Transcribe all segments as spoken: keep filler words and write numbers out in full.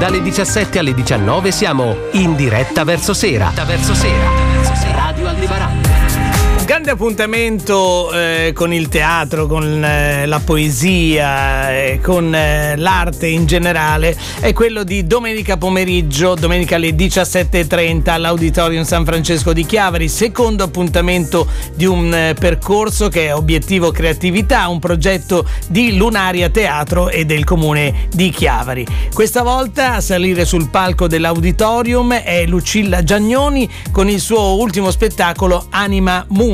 Dalle diciassette alle diciannove siamo in diretta verso sera. Verso sera. Radio Aldebaran. Grande appuntamento eh, con il teatro, con eh, la poesia, eh, con eh, l'arte in generale è quello di domenica pomeriggio, domenica alle diciassette e trenta all'Auditorium San Francesco di Chiavari, secondo appuntamento di un eh, percorso che è Obiettivo Creatività, un progetto di Lunaria Teatro e del Comune di Chiavari. Questa volta a salire sul palco dell'Auditorium è Lucilla Giagnoni con il suo ultimo spettacolo Anima Mundi.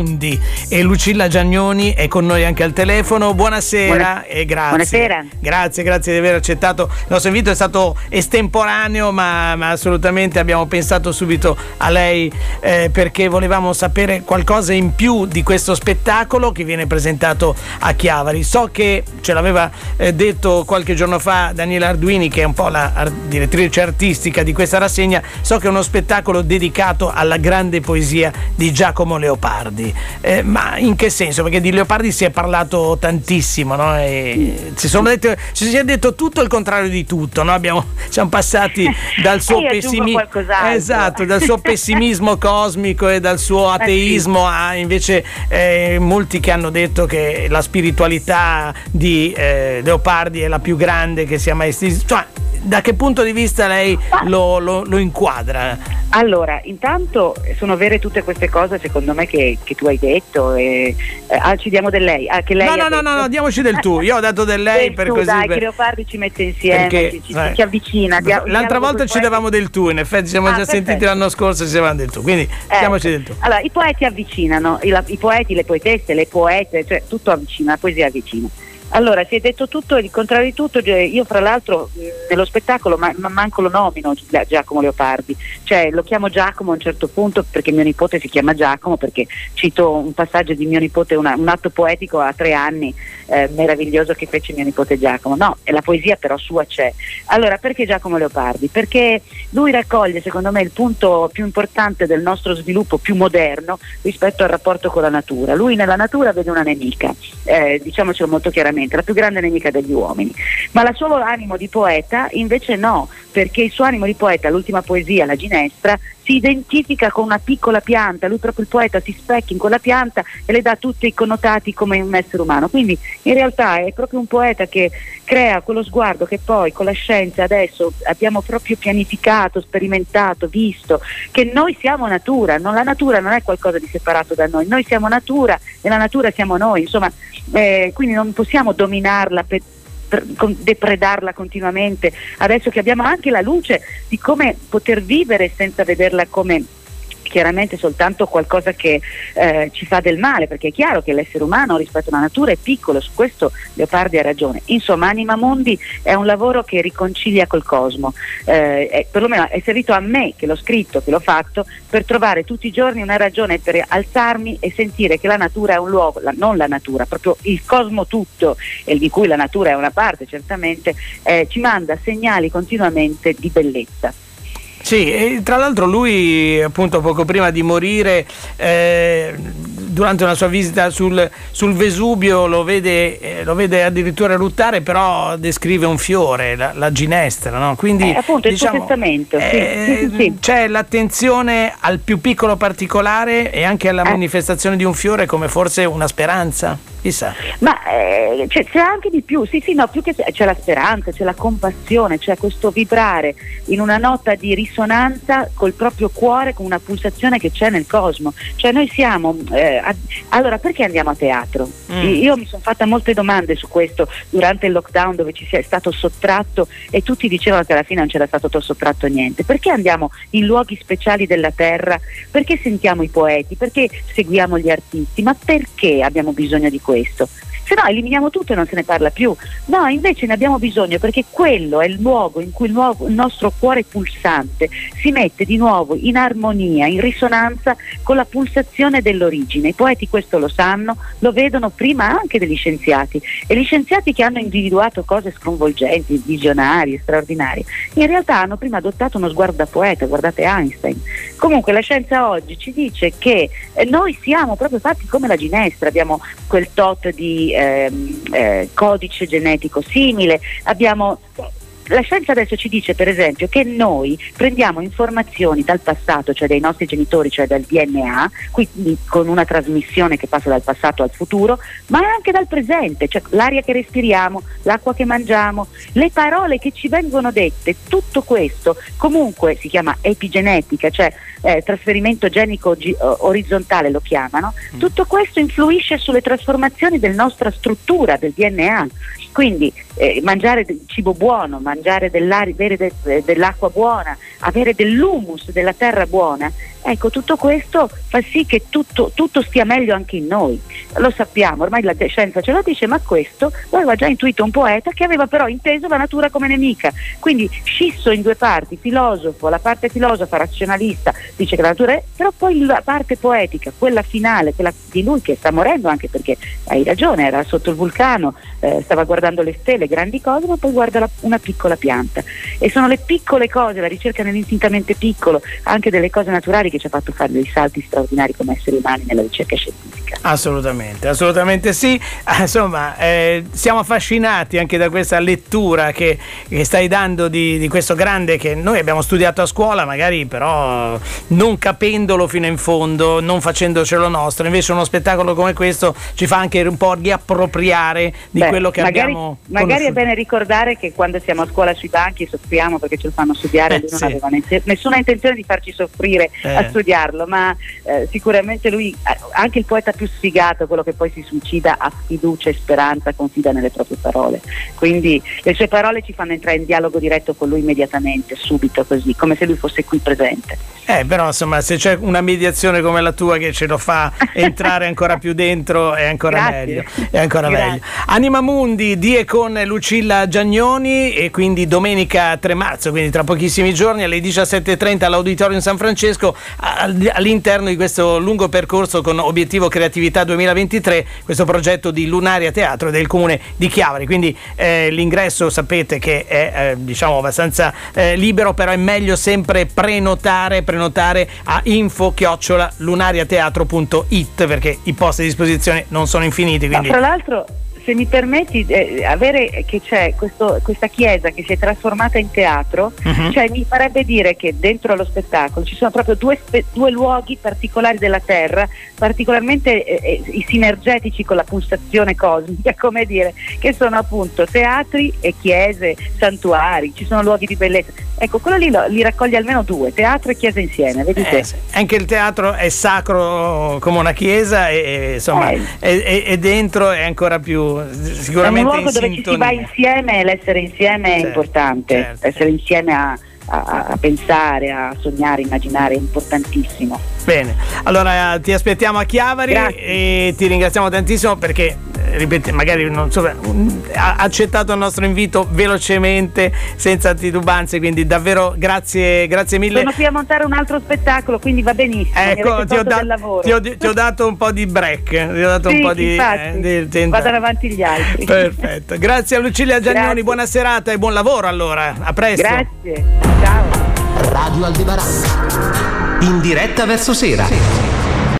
E Lucilla Giagnoni è con noi anche al telefono. Buonasera. Buona... e grazie. Buonasera. Grazie, grazie di aver accettato il nostro invito. È stato estemporaneo, ma, ma assolutamente abbiamo pensato subito a lei eh, perché volevamo sapere qualcosa in più di questo spettacolo che viene presentato a Chiavari. So che ce l'aveva eh, detto qualche giorno fa Daniela Arduini, che è un po' la ar- direttrice artistica di questa rassegna. So che è uno spettacolo dedicato alla grande poesia di Giacomo Leopardi. Eh, ma in che senso? Perché di Leopardi si è parlato tantissimo, no? E si sono detto, ci si è detto tutto il contrario di tutto, no? Abbiamo, siamo passati dal suo pessimismo, esatto, dal suo pessimismo cosmico e dal suo ateismo a invece eh, molti che hanno detto che la spiritualità di eh, Leopardi è la più grande che sia mai esistita. Cioè, da che punto di vista lei lo, lo, lo inquadra? Allora, intanto sono vere tutte queste cose secondo me che, che tu hai detto e, eh, ah, ci diamo del lei, ah, che lei no no no no no diamoci del tu, io ho dato del lei del per tu, così dai, per... che Leopardi ci mette insieme, perché, ci, ci, eh, ci avvicina, dia, l'altra volta ci davamo del tu, in effetti ci siamo ah, già perfetto. sentiti l'anno scorso, ci davamo del tu, quindi eh, diamoci del tu. Allora, i poeti avvicinano, i, la, i poeti, le poetesse, le poete, cioè tutto avvicina, la poesia avvicina. Allora, si è detto tutto e il contrario di tutto. Io fra l'altro nello spettacolo ma, ma manco lo nomino Giacomo Leopardi, cioè lo chiamo Giacomo a un certo punto perché mio nipote si chiama Giacomo, perché cito un passaggio di mio nipote, una, un atto poetico a tre anni eh, meraviglioso che fece mio nipote Giacomo. No, e la poesia però sua c'è. Allora, perché Giacomo Leopardi? Perché lui raccoglie secondo me il punto più importante del nostro sviluppo più moderno rispetto al rapporto con la natura. Lui nella natura vede una nemica, eh, diciamocelo molto chiaramente, la più grande nemica degli uomini, ma il suo animo di poeta invece no, perché il suo animo di poeta, l'ultima poesia, La Ginestra, si identifica con una piccola pianta, lui proprio il poeta si specchia in quella pianta e le dà tutti i connotati come un essere umano, quindi in realtà è proprio un poeta che crea quello sguardo che poi con la scienza adesso abbiamo proprio pianificato, sperimentato, visto, che noi siamo natura, non, la natura non è qualcosa di separato da noi, noi siamo natura e la natura siamo noi, insomma, eh, quindi non possiamo dominarla per depredarla continuamente, adesso che abbiamo anche la luce di come poter vivere senza vederla come chiaramente soltanto qualcosa che eh, ci fa del male, perché è chiaro che l'essere umano rispetto alla natura è piccolo, su questo Leopardi ha ragione. Insomma, Anima Mundi è un lavoro che riconcilia col cosmo, eh, è, perlomeno è servito a me che l'ho scritto, che l'ho fatto, per trovare tutti i giorni una ragione per alzarmi e sentire che la natura è un luogo, la, non la natura, proprio il cosmo tutto, e di cui la natura è una parte certamente, eh, ci manda segnali continuamente di bellezza. Sì, e tra l'altro lui appunto poco prima di morire, eh, durante una sua visita sul, sul Vesuvio lo vede, eh, lo vede addirittura eruttare, però descrive un fiore, la, la ginestra, no? Quindi eh, appunto diciamo, il suo testamento, sì, eh, sì, sì, sì. C'è l'attenzione al più piccolo particolare e anche alla eh. manifestazione di un fiore come forse una speranza. Chissà. Ma eh, c'è, c'è anche di più, sì sì no, più che c'è la speranza, c'è la compassione, c'è questo vibrare in una nota di risonanza col proprio cuore, con una pulsazione che c'è nel cosmo, cioè noi siamo eh, a, allora perché andiamo a teatro? Mm. Io mi sono fatta molte domande su questo durante il lockdown, dove ci è stato sottratto e tutti dicevano che alla fine non c'era stato sottratto niente. Perché andiamo in luoghi speciali della terra? Perché sentiamo i poeti? Perché seguiamo gli artisti? Ma perché abbiamo bisogno di questo? questo, se no eliminiamo tutto e non se ne parla più. No, invece ne abbiamo bisogno, perché quello è il luogo in cui il, nuovo, il nostro cuore pulsante si mette di nuovo in armonia, in risonanza con la pulsazione dell'origine. I poeti questo lo sanno, lo vedono prima anche degli scienziati, e gli scienziati che hanno individuato cose sconvolgenti, visionarie, straordinarie, in realtà hanno prima adottato uno sguardo da poeta. Guardate Einstein. Comunque la scienza oggi ci dice che eh, noi siamo proprio fatti come la ginestra, abbiamo quel tot di eh, eh, codice genetico simile, abbiamo la scienza adesso ci dice per esempio che noi prendiamo informazioni dal passato, cioè dai nostri genitori, cioè dal D N A, quindi con una trasmissione che passa dal passato al futuro, ma anche dal presente, cioè l'aria che respiriamo, l'acqua che mangiamo, le parole che ci vengono dette, tutto questo comunque si chiama epigenetica, cioè eh, trasferimento genico gi- orizzontale lo chiamano, mm. tutto questo influisce sulle trasformazioni della nostra struttura, del D N A. Quindi eh, mangiare del cibo buono, mangiare dell'aria, bere de- dell'acqua buona, avere dell'humus, della terra buona, ecco, tutto questo fa sì che tutto, tutto stia meglio anche in noi. Lo sappiamo, ormai la scienza ce lo dice, ma questo lo aveva già intuito un poeta che aveva però inteso la natura come nemica. Quindi scisso in due parti, filosofo, la parte filosofa razionalista dice che la natura è, però poi la parte poetica, quella finale, quella di lui che sta morendo, anche perché hai ragione, era sotto il vulcano, eh, stava guardando le stelle, grandi cose, ma poi guarda la, una piccola pianta. E sono le piccole cose, la ricerca nell'infinitamente piccolo, anche delle cose naturali, che ci ha fatto fare dei salti straordinari come esseri umani nella ricerca scientifica. Assolutamente, assolutamente sì. Insomma, eh, siamo affascinati anche da questa lettura che, che stai dando di, di questo grande che noi abbiamo studiato a scuola, magari però non capendolo fino in fondo, non facendocelo nostro. Invece uno spettacolo come questo ci fa anche un po' riappropriare di Beh, quello che magari, abbiamo magari conosciuto. È bene ricordare che quando siamo a scuola sui banchi soffriamo perché ce lo fanno studiare, eh, lui non sì. aveva nessuna intenzione di farci soffrire eh. a studiarlo, ma eh, sicuramente lui, anche il poeta più sfigato, quello che poi si suicida, ha fiducia e speranza, confida nelle proprie parole, quindi le sue parole ci fanno entrare in dialogo diretto con lui immediatamente, subito, così, come se lui fosse qui presente. Eh, però insomma, se c'è una mediazione come la tua che ce lo fa entrare ancora più dentro, è ancora Grazie. meglio, è ancora Grazie. meglio. Anima Mundi di e con Lucilla Giagnoni, e quindi domenica tre marzo, quindi tra pochissimi giorni, alle diciassette e trenta all'Auditorium San Francesco, all'interno di questo lungo percorso con obiettivo creatività duemilaventitré, questo progetto di Lunaria Teatro del comune di Chiavari. Quindi eh, l'ingresso sapete che è eh, diciamo abbastanza eh, libero, però è meglio sempre prenotare prenotare a info chiocciola lunariateatro punto it, perché i posti a disposizione non sono infiniti, quindi... Ma tra l'altro, se mi permetti, eh, avere che c'è questo, questa chiesa che si è trasformata in teatro, uh-huh. cioè mi farebbe dire che dentro allo spettacolo ci sono proprio due, spe- due luoghi particolari della terra, particolarmente eh, eh, sinergetici con la pulsazione cosmica, come dire, che sono appunto teatri e chiese, santuari, ci sono luoghi di bellezza. Ecco, quello lì lo, li raccoglie almeno due, teatro e chiesa insieme, vedi eh, sì. Anche il teatro è sacro come una chiesa e insomma eh. e, e, e dentro è ancora più sicuramente è un luogo in dove sintonia. ci si va insieme, e l'essere insieme certo, è importante, certo. essere insieme a, a, a pensare, a sognare, immaginare è importantissimo. Bene, allora ti aspettiamo a Chiavari. Grazie. E ti ringraziamo tantissimo perché, ripeto, magari non so, ha accettato il nostro invito velocemente, senza titubanze, quindi davvero grazie, grazie mille. Sono qui a montare un altro spettacolo, quindi va benissimo. Ecco, ti ho, da- ti, ho, ti ho dato un po' di break, ti ho dato sì, un po' di, eh, di, di vadano avanti gli altri. Perfetto, grazie a Lucilla Giagnoni, grazie. Buona serata e buon lavoro allora, a presto. Grazie, ciao. Radio Aldebaran, in diretta verso sera.